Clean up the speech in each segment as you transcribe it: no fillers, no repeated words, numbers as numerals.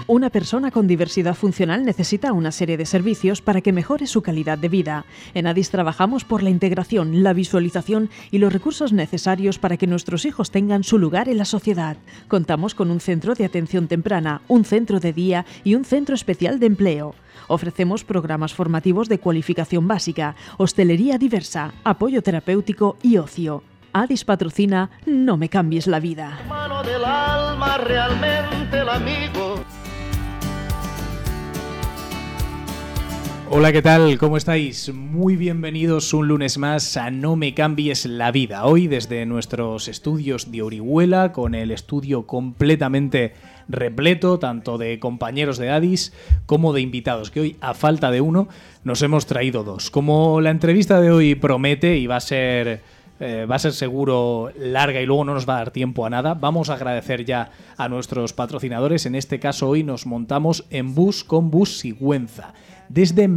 Una persona con diversidad funcional necesita una serie de servicios para que mejore su calidad de vida. En ADIS trabajamos por la integración, la visualización y los recursos necesarios para que nuestros hijos tengan su lugar en la sociedad. Contamos con un centro de atención temprana, un centro de día y un centro especial de empleo. Ofrecemos programas formativos de cualificación básica, hostelería diversa, apoyo terapéutico y ocio. ADIS patrocina No me cambies la vida. Mano del alma, realmente el amigo. Hola, ¿qué tal? ¿Cómo estáis? Muy bienvenidos un lunes más a No me cambies la vida. Hoy desde nuestros estudios de Orihuela, con el estudio completamente repleto, tanto de compañeros de ADIS como de invitados, que hoy, a falta de uno, nos hemos traído dos. Como la entrevista de hoy promete y va a ser seguro larga y luego no nos va a dar tiempo a nada, vamos a agradecer ya a nuestros patrocinadores. En este caso hoy nos montamos en bus con Bus Sigüenza desde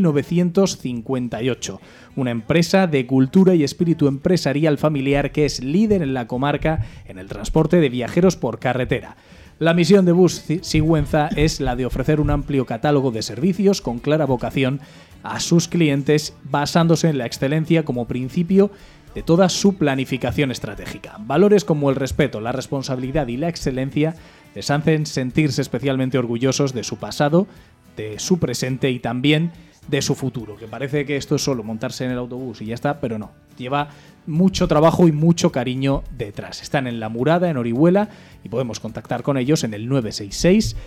1958, una empresa de cultura y espíritu empresarial familiar que es líder en la comarca en el transporte de viajeros por carretera. La misión de Bus Sigüenza es la de ofrecer un amplio catálogo de servicios con clara vocación a sus clientes, basándose en la excelencia como principio de toda su planificación estratégica. Valores como el respeto, la responsabilidad y la excelencia les hacen sentirse especialmente orgullosos de su pasado, de su presente y también de su futuro, que parece que esto es solo montarse en el autobús y ya está, pero no, lleva mucho trabajo y mucho cariño detrás. Están en La Murada, en Orihuela, y podemos contactar con ellos en el 966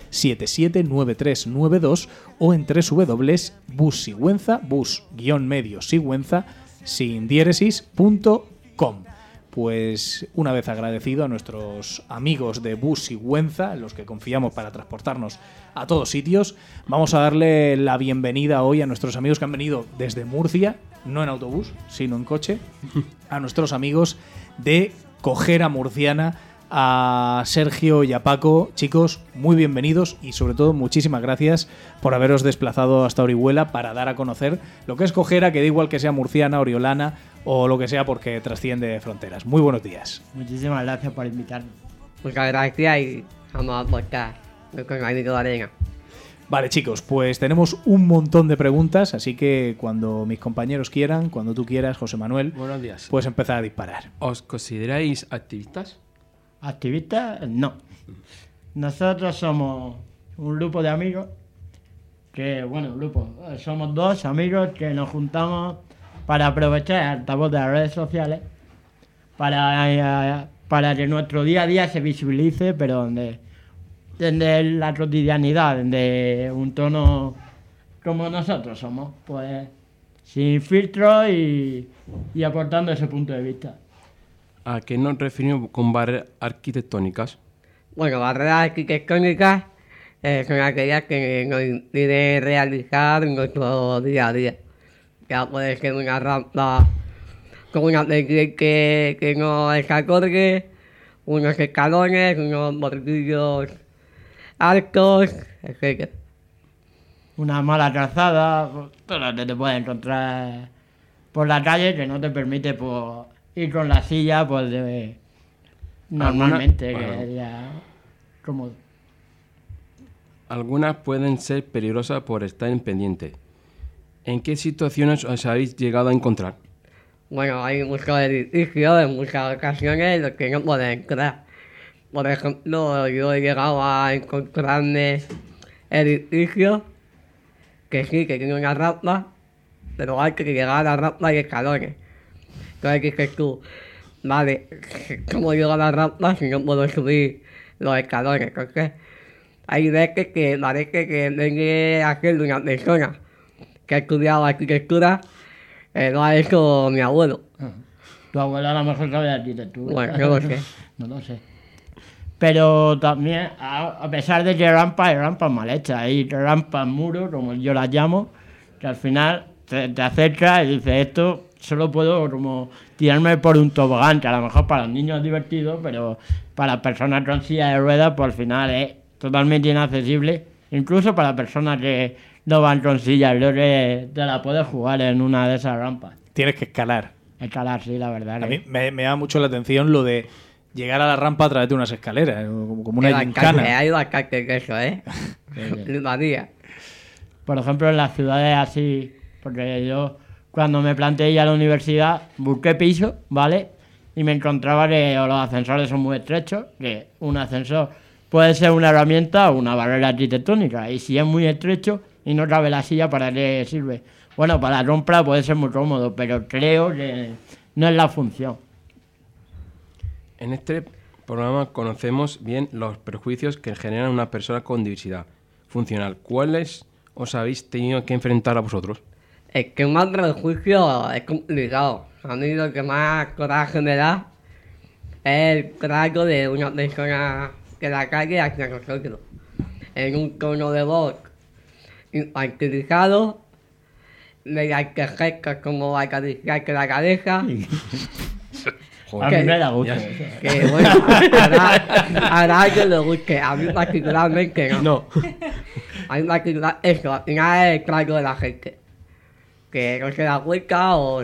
779392 o en www.bussigüenza, bus-sigüenza, sin diéresis.com. Pues una vez agradecido a nuestros amigos de Bus Sigüenza, en los que confiamos para transportarnos a todos sitios, vamos a darle la bienvenida hoy a nuestros amigos que han venido desde Murcia, no en autobús, sino en coche, a nuestros amigos de Cojera Murciana, a Sergio y a Paco. Chicos, muy bienvenidos y sobre todo muchísimas gracias por haberos desplazado hasta Orihuela para dar a conocer lo que es Cojera, que da igual que sea murciana, oriolana o lo que sea, porque trasciende fronteras. Muy buenos días. Muchísimas gracias por invitarnos. Muchas gracias y vamos a aportar con granito de arena. Vale, chicos, pues tenemos un montón de preguntas, así que cuando mis compañeros quieran, cuando tú quieras, José Manuel, buenos días, puedes empezar a disparar. ¿Os consideráis activistas? ¿Activistas? No. Nosotros somos un grupo de amigos que, bueno, somos dos amigos que nos juntamos para aprovechar el altavoz de las redes sociales para que nuestro día a día se visibilice, pero desde la cotidianidad, desde un tono como nosotros somos, pues sin filtro y aportando ese punto de vista. ¿A qué nos referimos con barreras arquitectónicas? Bueno, barreras arquitectónicas son aquellas que nos impiden realizar nuestro día a día. Ya puede ser una rampa con una pendiente que no es acorde, unos escalones, unos bordillos altos, etc. Una mala calzada, todo lo que te puedes encontrar por la calle que no te permite ir con la silla normalmente, que sería cómodo. Algunas pueden ser peligrosas por estar en pendiente. ¿En qué situaciones os habéis llegado a encontrar? Bueno, hay muchos edificios en muchas ocasiones en los que no puedes entrar. Por ejemplo, yo he llegado a encontrarme edificios que sí, que tienen una rampa, pero hay que llegar a la rampa y escalones. Entonces dices tú, vale, ¿cómo llego a la rampa si no puedo subir los escalones? Entonces, hay veces que parece que tengo que hacerlo una persona que ha estudiado arquitectura, lo ha hecho mi abuelo. Tu abuelo a lo mejor sabe de arquitectura. Bueno, yo lo sé. No lo sé. Pero también, a pesar de que hay rampas mal hechas, hay rampas muros, como yo las llamo, que al final te acercas y dices, esto solo puedo como tirarme por un tobogán, que a lo mejor para los niños es divertido, pero para personas con silla de ruedas, pues al final es totalmente inaccesible, incluso para personas que no van con sillas. Creo que te la puedes jugar en una de esas rampas. Tienes que escalar. Escalar, sí, la verdad. A mí me llama mucho la atención lo de llegar a la rampa a través de unas escaleras, como una gincana. Hay bastante que eso, ¿eh? María. Por ejemplo, en las ciudades así, porque yo cuando me planteé ir a la universidad busqué piso, ¿vale? Y me encontraba que los ascensores son muy estrechos, que un ascensor puede ser una herramienta o una barrera arquitectónica, y si es muy estrecho y no cabe la silla, ¿para qué sirve? Bueno, para la compra puede ser muy cómodo, pero creo que no es la función. En este programa conocemos bien los prejuicios que generan una persona con diversidad funcional. ¿Cuáles os habéis tenido que enfrentar a vosotros? Es que más prejuicio es complicado. A mí lo que más coraje me da es el trato de una persona de la calle hacia nosotros. En un tono de voz infantilizado, mediante que gestos como acariciarse la cabeza. A mí me da gusto. Que bueno, hará que le guste. A mí particularmente no. No. A mí particularmente eso, al final es el trato de la gente. Que no se da cuenta o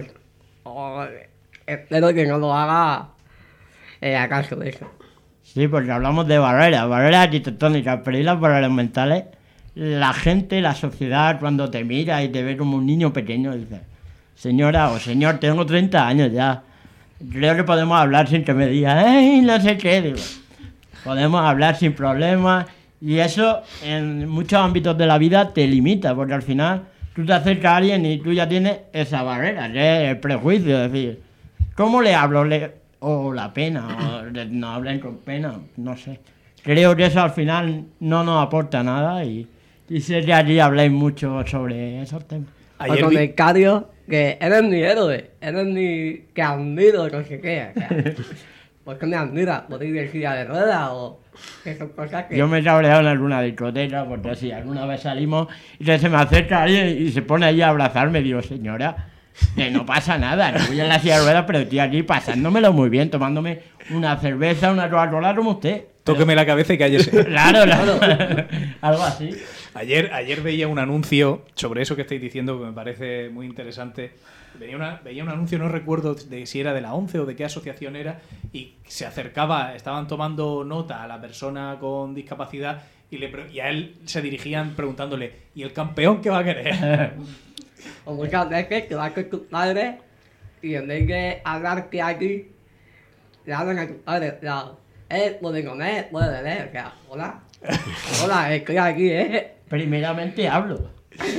espero que no lo haga acaso de eso. Sí, porque hablamos de barreras arquitectónicas, pero ¿y las barreras mentales? La gente, la sociedad, cuando te mira y te ve como un niño pequeño, dice, señora o señor, tengo 30 años ya. Creo que podemos hablar sin que me diga, ¡ay, no sé qué! Digo, podemos hablar sin problemas y eso en muchos ámbitos de la vida te limita, porque al final tú te acercas a alguien y tú ya tienes esa barrera, que es el prejuicio, es decir, ¿cómo le hablo? O la pena, o no hablen con pena, no sé. Creo que eso al final no nos aporta nada y sé que allí habláis mucho sobre esos temas. O comentario que eres mi héroe, eres mi que admiro, no sé qué. O sea, ¿por qué me admiras? ¿Por ir de silla de ruedas o que son cosas que...? Yo me he cabreado en alguna discoteca porque si alguna vez salimos y se me acerca alguien y se pone allí a abrazarme, digo, señora, que no pasa nada, no voy en la silla de ruedas, pero estoy aquí pasándomelo muy bien, tomándome una cerveza, una Coca-Cola como usted. Tóqueme la cabeza y cállese. Claro, algo así. Ayer veía un anuncio sobre eso que estáis diciendo que me parece muy interesante. Veía un anuncio, no recuerdo de si era de la ONCE o de qué asociación era, y se acercaba, estaban tomando nota a la persona con discapacidad y a él se dirigían preguntándole, ¿y el campeón qué va a querer? O muchas veces que vas con tu padre y en vez de hablar que aquí, le hablan a tu padre, puede comer, puede beber, o sea, hola. Hola, estoy aquí, Primeramente hablo.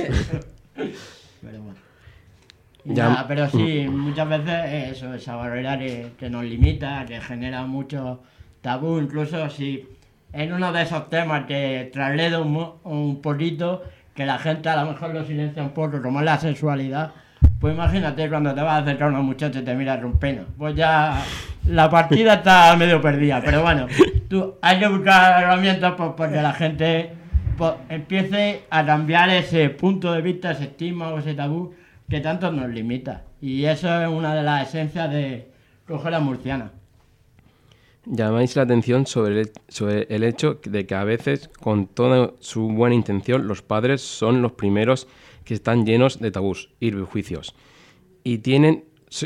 Pero bueno. Ya. Nada, pero sí, muchas veces eso, esa barrera que nos limita, que genera mucho tabú, incluso si en uno de esos temas que trasleda un poquito, que la gente a lo mejor lo silencia un poco, como es la sexualidad, pues imagínate cuando te vas a acercar a una muchacha y te mira con pena, pues ya la partida está medio perdida, pero bueno, hay que buscar herramientas para que la gente empiece a cambiar ese punto de vista, ese estigma o ese tabú que tanto nos limita. Y eso es una de las esencias de Cogea Murciana. Llamáis la atención sobre el hecho de que a veces, con toda su buena intención, los padres son los primeros que están llenos de tabús y prejuicios y tienen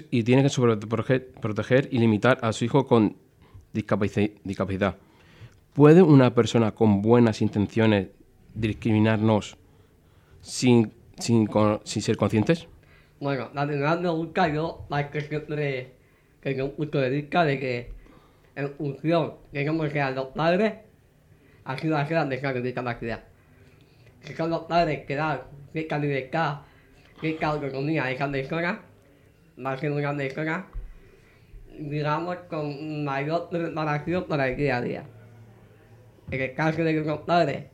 que proteger y limitar a su hijo con discapacidad. ¿Puede una persona con buenas intenciones discriminarnos sin ser conscientes? Bueno, la verdad me gusta yo, más que siempre tengo un punto de vista de que en función de cómo sean los padres, así va a ser la persona con discapacidad. Si son los padres que dan cierta libertad, cierta autonomía a esa persona, va a ser una persona, digamos, con mayor preparación para el día a día. En el caso de que los padres,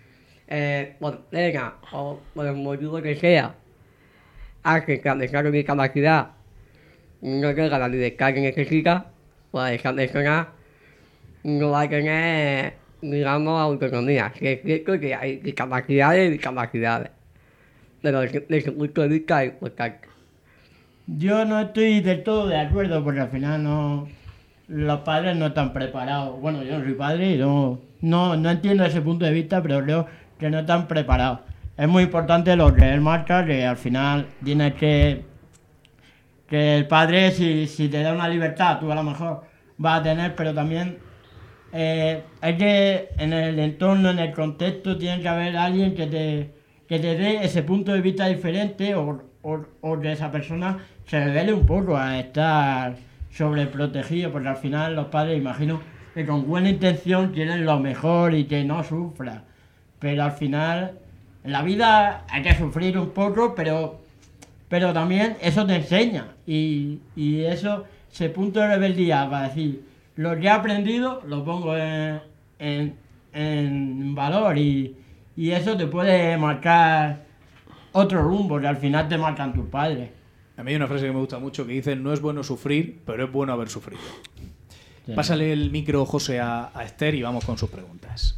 por pena o por el motivo que sea, hacen que la persona con discapacidad no tenga la libertad que necesita, pues esa persona no va a tener, digamos, autonomía. Si es cierto que hay discapacidades y discapacidades, pero desde ese punto de vista es importante. Yo no estoy del todo de acuerdo porque al final los padres no están preparados. Bueno, yo no soy padre y no entiendo ese punto de vista, pero creo que no están preparados. Es muy importante lo que él marca, que al final tienes que el padre, si te da una libertad, tú a lo mejor vas a tener, pero también hay que, en el entorno, en el contexto, tiene que haber alguien que te dé ese punto de vista diferente o que esa persona se revele un poco a estar sobreprotegido, porque al final los padres, imagino, que con buena intención quieren lo mejor y que no sufra. Pero al final, en la vida hay que sufrir un poco, pero también eso te enseña. Y eso, ese punto de rebeldía para decir, lo que he aprendido lo pongo en valor y eso te puede marcar otro rumbo que al final te marcan tus padres. A mí hay una frase que me gusta mucho que dice: no es bueno sufrir, pero es bueno haber sufrido. Sí. Pásale el micro, José, a Esther y vamos con sus preguntas.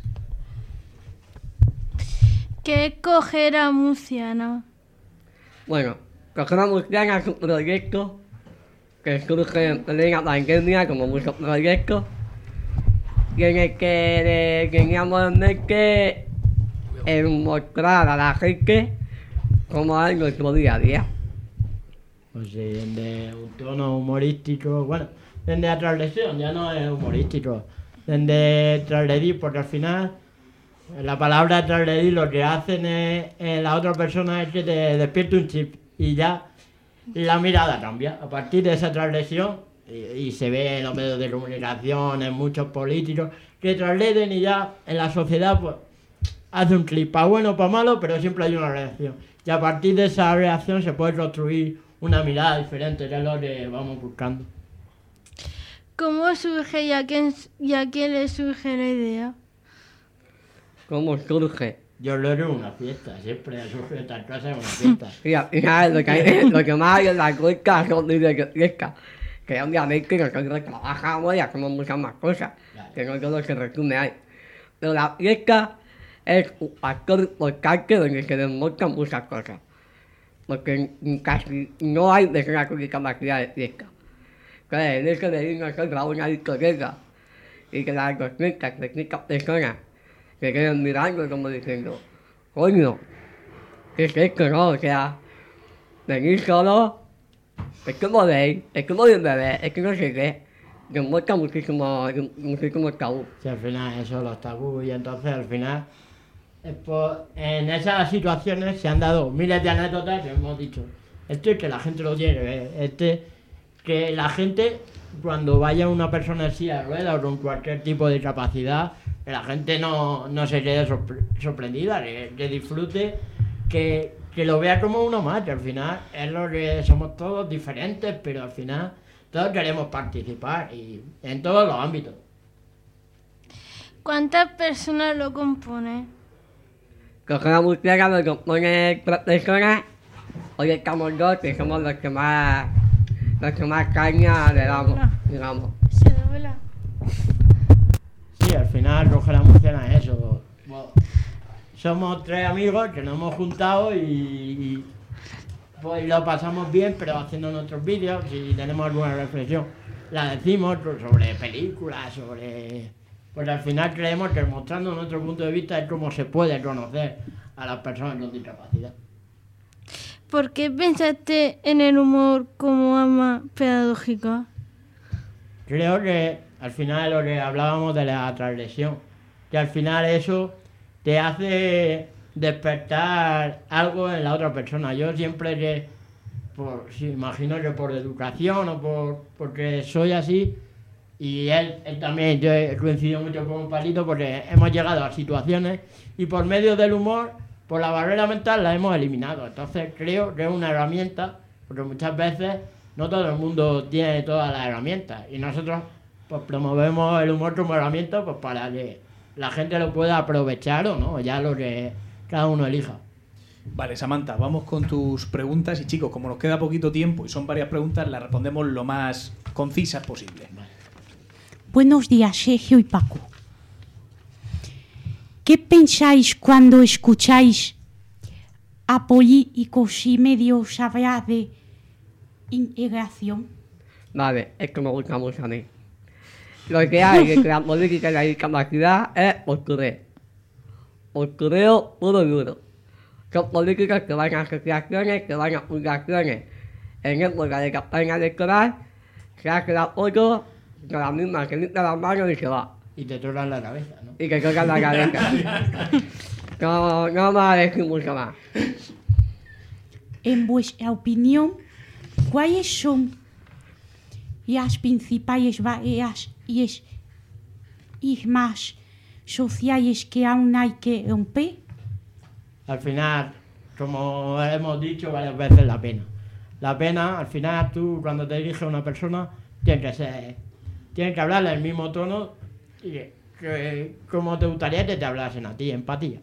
¿Qué Cojera Murciana? Bueno, Cojera Murciana es un proyecto que surge en plena pandemia, como muchos proyectos, y en el que teníamos en mente mostrar a la gente cómo es nuestro día a día. Pues sí, desde un tono humorístico, bueno, desde la transgresión, ya no es humorístico, desde transgredir, porque al final la palabra transgredir lo que hacen es la otra persona es que te despierte un chip y ya la mirada cambia. A partir de esa transgresión, y se ve en los medios de comunicación, en muchos políticos, que transgreden y ya en la sociedad pues hace un clip, para bueno o para malo, pero siempre hay una reacción. Y a partir de esa reacción se puede construir una mirada diferente, que es lo que vamos buscando. ¿Cómo surge y a quién le surge la idea? ¿Cómo surge? Yo lo creo en una fiesta, siempre surge estas cosas en una fiesta. Y al final lo que más hay en la cuenca son bibliotecas, que obviamente nosotros trabajamos y hacemos muchas más cosas, que no todo se resume ahí. Pero la fiesta es un factor importante donde se demuestran muchas cosas, porque casi no hay personas con discapacidad de fiesta. Entonces, el hecho de ir nosotros a una discoteca y que las 200, 300 personas se queden mirando como diciendo, coño, ¿qué es esto, no? O sea, venir solo, es como veis, es como de un bebé, es que no sé qué, demuestra muchísimo tabú. Si al final eso los tabús y entonces al final en esas situaciones se han dado miles de anécdotas que hemos dicho, esto es que la gente lo lleve, que la gente cuando vaya una persona en silla de ruedas o con cualquier tipo de discapacidad, que la gente no se quede sorprendida, que disfrute, que lo vea como uno más, que al final es lo que somos todos diferentes, pero al final todos queremos participar y en todos los ámbitos. ¿Cuántas personas lo componen? Cojera Murciana lo compone 3 personas, hoy estamos 2 que somos los que más caña le damos, digamos. Se dobla. Sí, al final Cojera Murciana es eso. Bueno, somos 3 amigos que nos hemos juntado y pues lo pasamos bien, pero haciendo nuestros vídeos, si tenemos alguna reflexión, la decimos sobre películas, Pues al final creemos que mostrando nuestro punto de vista es como se puede conocer a las personas con discapacidad. ¿Por qué pensaste en el humor como arma pedagógica? Creo que al final lo que hablábamos de la transgresión, que al final eso te hace despertar algo en la otra persona. Yo siempre imagino que por educación o porque soy así, y él también, yo he coincidido mucho con Palito porque hemos llegado a situaciones y por medio del humor, por la barrera mental la hemos eliminado. Entonces creo que es una herramienta, porque muchas veces no todo el mundo tiene todas las herramientas y nosotros pues promovemos el humor como herramienta pues para que la gente lo pueda aprovechar o no, ya lo que cada uno elija. Vale, Samantha, vamos con tus preguntas y chicos, como nos queda poquito tiempo y son varias preguntas, las respondemos lo más concisas posible. Buenos días, Sergio y Paco. ¿Qué pensáis cuando escucháis a políticos y medios hablar de integración? Vale, es que me gusta mucho a mí. Lo que hay es que la política y la discapacidad es postureo. Postureo puro y duro. Son políticos que van a asociaciones, que van a fundaciones. En época de campaña electoral, se hace la foto con la misma que limpia las manos y se va. Y te tocan la cabeza, ¿no? Y que tocan la cabeza. No vamos a decir mucho más. En vuestra opinión, ¿cuáles son las principales barreras y más sociales que aún hay que romper? Al final, como hemos dicho varias veces, la pena. La pena, al final, tú cuando te diriges a una persona, tienes que hablarle el mismo tono y que como te gustaría que te hablasen a ti, empatía.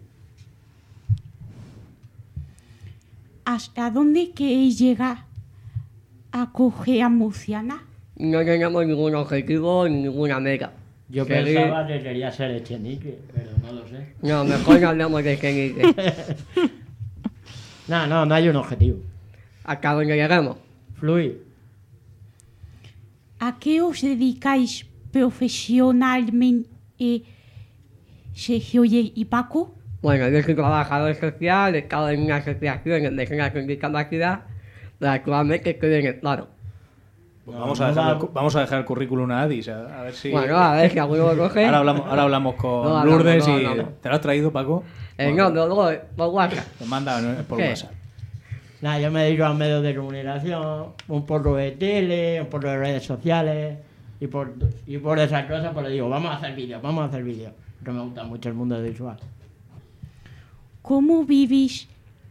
¿Hasta dónde queréis llegar a coger a Murciana? No tenemos ningún objetivo ni ninguna meta. Yo Seguir- pensaba que quería ser Echenique, pero no lo sé. No, mejor no hablemos de Echenique. No hay un objetivo. Hasta donde lleguemos. Fluir. ¿A qué os dedicáis profesionalmente, Sergio y Paco? Bueno, yo soy trabajador social, he estado en una asociación de personas con discapacidad, pero actualmente estoy en el paro. Pues vamos a dejar el currículum a Adis, a ver si... Bueno, a ver si alguno lo coge. Ahora hablamos con No, Lourdes no. y... ¿Te lo has traído, Paco? No, luego por WhatsApp. Te manda por ¿Qué? WhatsApp. Nada, yo me dedico a medios de comunicación, un poco de tele, un poco de redes sociales y por esas cosas pues le digo, vamos a hacer vídeos, que me gusta mucho el mundo visual. ¿Cómo vivís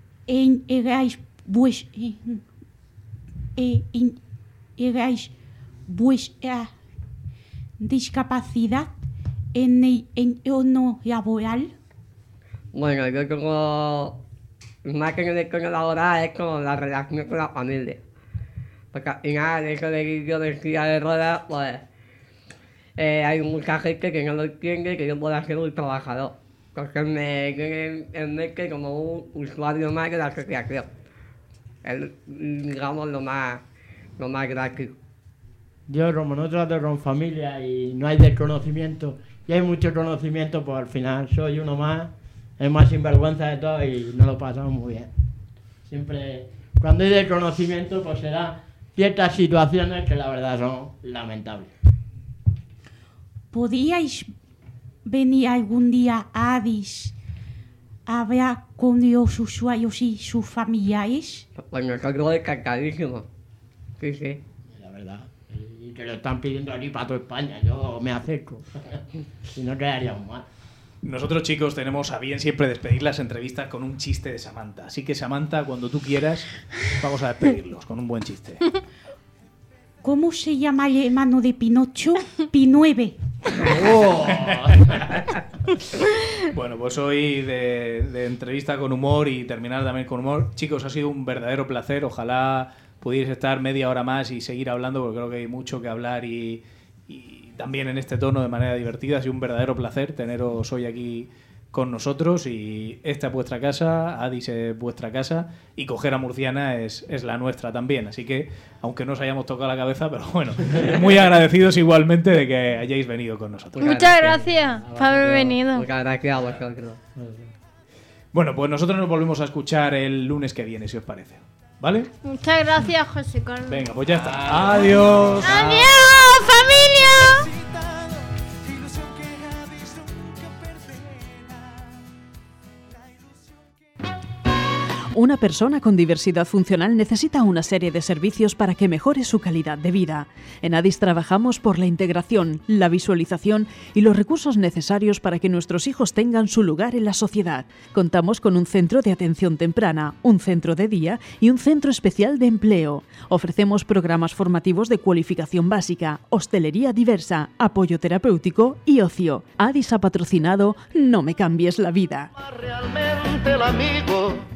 vuestra discapacidad en el entorno laboral? Bueno, yo tengo... Más que en el entorno laboral es como la relación con la familia. Porque al final, eso de que yo de silla de ruedas, pues... hay mucha gente que no lo entiende que yo pueda ser un trabajador. Porque me tienen en mente como un usuario más de la asociación. Es, digamos, lo más gráfico. Yo como no trato con familia y no hay desconocimiento y hay mucho conocimiento, pues al final soy uno más, el más sinvergüenza de todos y no lo pasamos muy bien. Siempre, cuando hay desconocimiento, pues se dan ciertas situaciones que la verdad son lamentables. ¿Podríais venir algún día a Adis a hablar con los usuarios y sus familiares? Pues nosotros encantadísimos. Sí, sí. La verdad. Y que lo están pidiendo aquí para toda España, yo me acerco. Si no quedaríamos mal. Nosotros, chicos, tenemos a bien siempre despedir las entrevistas con un chiste de Samantha. Así que, Samantha, cuando tú quieras, vamos a despedirlos con un buen chiste. ¿Cómo se llama el hermano de Pinocho? Pinueve. Bueno, pues hoy de entrevista con humor y terminar también con humor. Chicos, ha sido un verdadero placer. Ojalá pudierais estar media hora más y seguir hablando, porque creo que hay mucho que hablar y también en este tono de manera divertida. Ha sido un verdadero placer teneros hoy aquí con nosotros y esta es vuestra casa, Adis es vuestra casa y coger a Murciana es la nuestra también. Así que, aunque no os hayamos tocado la cabeza, pero bueno, muy agradecidos igualmente de que hayáis venido con nosotros. Muchas gracias por haber venido. Muchas gracias a vosotros. Bueno, pues nosotros nos volvemos a escuchar el lunes que viene, si os parece. ¿Vale? Muchas gracias, José Carlos. Venga, pues ya está. Adiós. ¡Adiós, familia! Una persona con diversidad funcional necesita una serie de servicios para que mejore su calidad de vida. En Adis trabajamos por la integración, la visualización y los recursos necesarios para que nuestros hijos tengan su lugar en la sociedad. Contamos con un centro de atención temprana, un centro de día y un centro especial de empleo. Ofrecemos programas formativos de cualificación básica, hostelería diversa, apoyo terapéutico y ocio. Adis ha patrocinado No me cambies la vida. Realmente el amigo